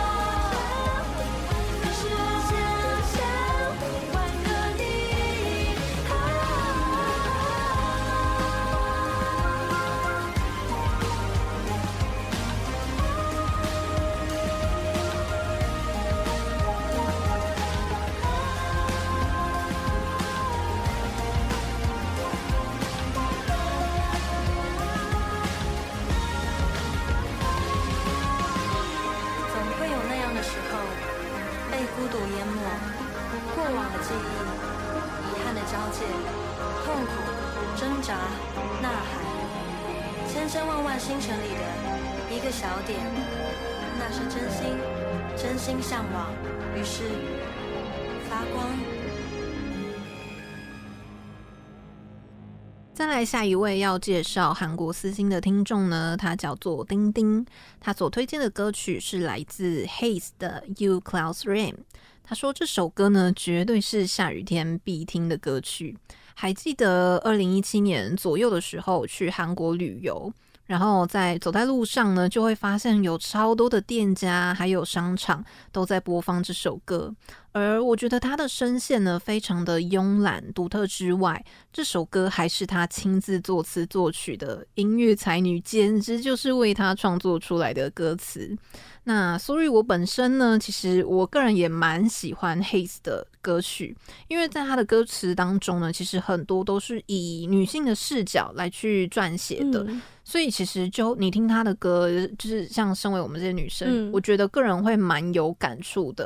是牵强缓缓的你。总会有那样的时候，被孤独淹没，过往的记忆，遗憾的交界，痛苦、挣扎、呐喊，千千万万星辰里的一个小点，那是真心，真心向往，于是发光。 再来下一位要介绍韩国私心的听众呢，他叫做丁丁，他所推荐的歌曲是来自 Haze 的 You Clouds Rain。他说这首歌呢绝对是下雨天必听的歌曲。还记得2017年左右的时候去韩国旅游，然后走在路上呢，就会发现有超多的店家还有商场都在播放这首歌。而我觉得他的声线呢非常的慵懒独特之外，这首歌还是他亲自作词作曲的，音乐才女简直就是为他创作出来的歌词。那所以我本身呢，其实我个人也蛮喜欢 Haze 的歌曲，因为在他的歌词当中呢，其实很多都是以女性的视角来去撰写的，所以其实就你听他的歌，就是像身为我们这些女生，我觉得个人会蛮有感触的。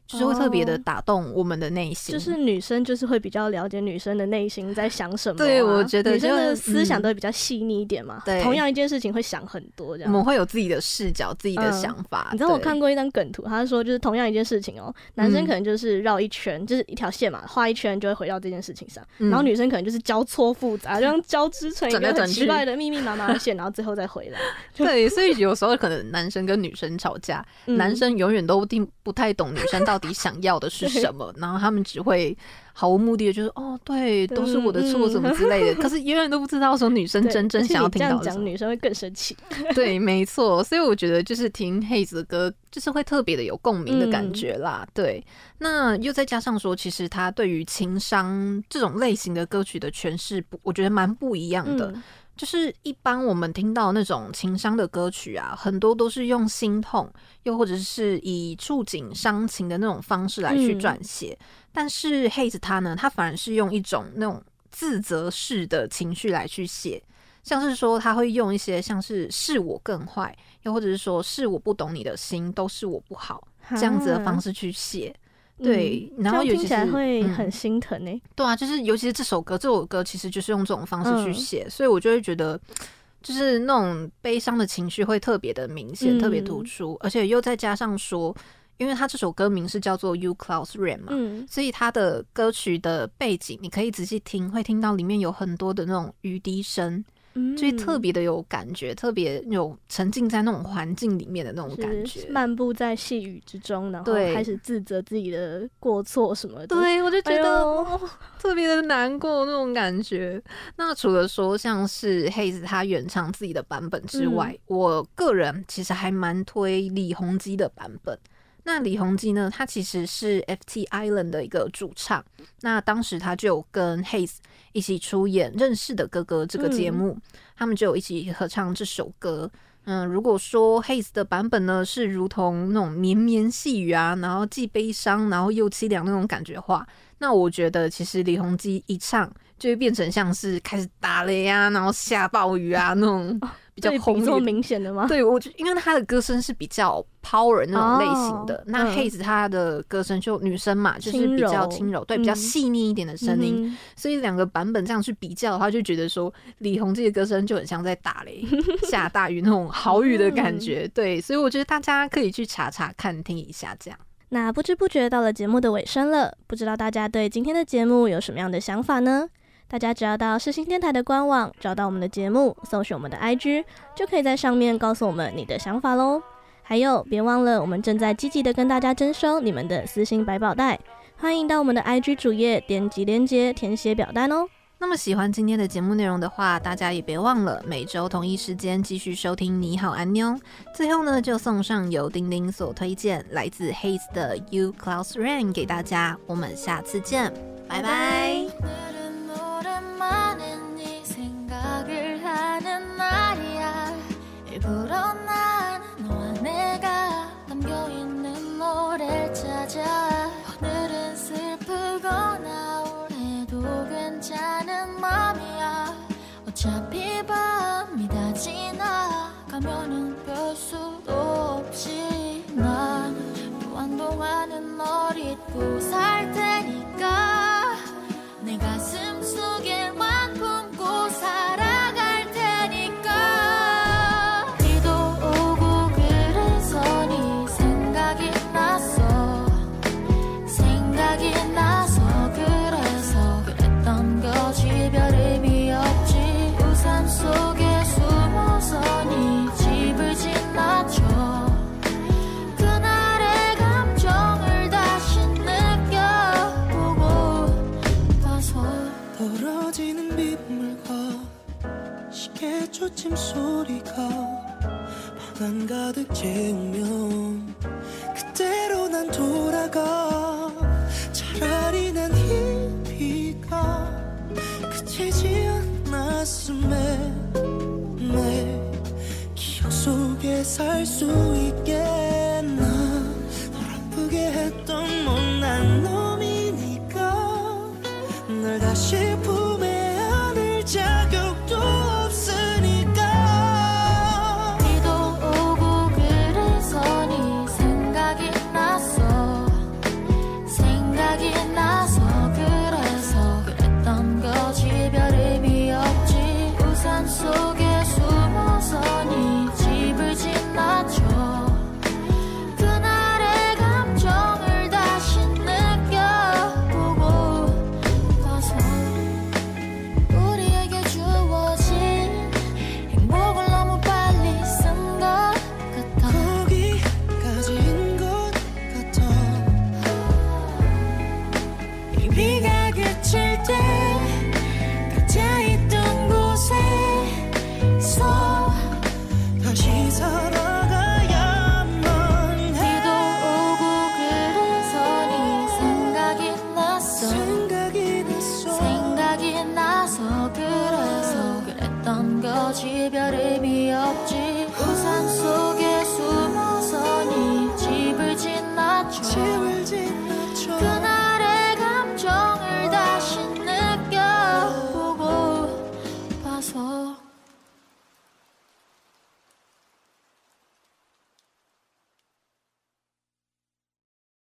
就是会特别的打动我们的内心。 就是女生就是会比较了解女生的内心在想什么、 对，我觉得女生的思想都会比较细腻一点嘛。 对， 同样一件事情会想很多这样。 我们会有自己的视角、自己的想法。 你知道我看过一张梗图，他说就是同样一件事情男生可能就是绕一圈，就是一条线嘛，画一圈就会回到这件事情上，然后女生可能就是交错复杂，就像交织成一个很奇怪的密密麻麻的线，然后最后再回来。 对，所以有时候可能男生跟女生吵架，男生永远都不太懂女生到底想要的是什么，然后他们只会毫无目的的就是对，都是我的错什么之类的，可是永远都不知道说女生真正想要听到的。 这样讲女生会更生气。 对，没错，所以我觉得就是听 Heize 的歌就是会特别的有共鸣的感觉啦。对，那又再加上说其实他对于情伤这种类型的歌曲的诠释我觉得蛮不一样的。就是一般我们听到那种情伤的歌曲啊，很多都是用心痛又或者是以触景伤情的那种方式来去撰写，但是 Heize 他呢，他反而是用一种那种自责式的情绪来去写，像是说他会用一些像是我更坏，又或者是说是我不懂你的心，都是我不好这样子的方式去写。对，然后尤其是听起来会很心疼欸。 对啊，就是尤其是这首歌其实就是用这种方式去写，所以我就会觉得就是那种悲伤的情绪会特别的明显，特别突出，而且又再加上说因为他这首歌名是叫做 You Clouds Rain 嘛，所以他的歌曲的背景你可以仔细听，会听到里面有很多的那种雨滴声，就是特别的有感觉，特别有沉浸在那种环境里面的那种感觉， 漫步在细雨之中，然后开始自责自己的过错什么的。 对，我就觉得、特别的难过那种感觉。那除了说像是 Heize 他原唱自己的版本之外，我个人其实还蛮推李弘基的版本。那李弘基呢，他其实是 FT Island 的一个主唱，那当时他就有跟 Heize 一起出演《认识的哥哥》这个节目，他们就有一起合唱这首歌。如果说 Heize 的版本呢是如同那种绵绵细雨啊，然后既悲伤然后又凄凉那种感觉的话，那我觉得其实李弘基一唱就会变成像是开始打雷啊，然后下暴雨啊那种比较轰烈这么明显的吗？ 对，我觉得因为他的歌声是比较 power 那种类型的，那 Heize 他的歌声就女生嘛，就是比较轻柔，对，比较细腻一点的声音，所以两个版本这样去比较的话，就觉得说李弘基的歌声就很像在打雷下大雨那种豪雨的感觉。对，所以我觉得大家可以去查查看听一下这样。 那不知不觉到了节目的尾声了，不知道大家对今天的节目有什么样的想法呢？大家只要到世新电台的官网找到我们的节目，搜寻我们的 IG， 就可以在上面告诉我们你的想法咯。还有别忘了我们正在积极的跟大家征收你们的私信百宝袋，欢迎到我们的 IG 主页点击连结填写表单哦。 那么喜欢今天的节目内容的话，大家也别忘了每周同一时间继续收听你好安妞。最后呢，就送上由丁丁所推荐来自 Heize 的 You Clouds Rain 给大家，我们下次见，拜拜。 어차피 밤이 다 지나가면은 별 수도 없지 난 또 한동안은 널 잊고 살 테니까 내 가슴 속에만 품고 살아갈 테니까 비도 오고 그래서 네 생각이 나서 그래서 그랬던 거지 별 의미 없지 우산 속에 숨어서 네 집을 지나쳐 그날의 감정을 다시 느껴보고 봐서 떨어지는 빗물과 시계 초침 소리가 방 안 가득 채우면 그대로 난 돌아가 차라리 난 이 비가 그치지 않았음에 내 기억 속에 살 수 있겠나 널 아프게 했던 못난 놈이니까 널 다시 품에 안을 자격도 없으니까 비도 오고 그래서 네 생각이 나서 별을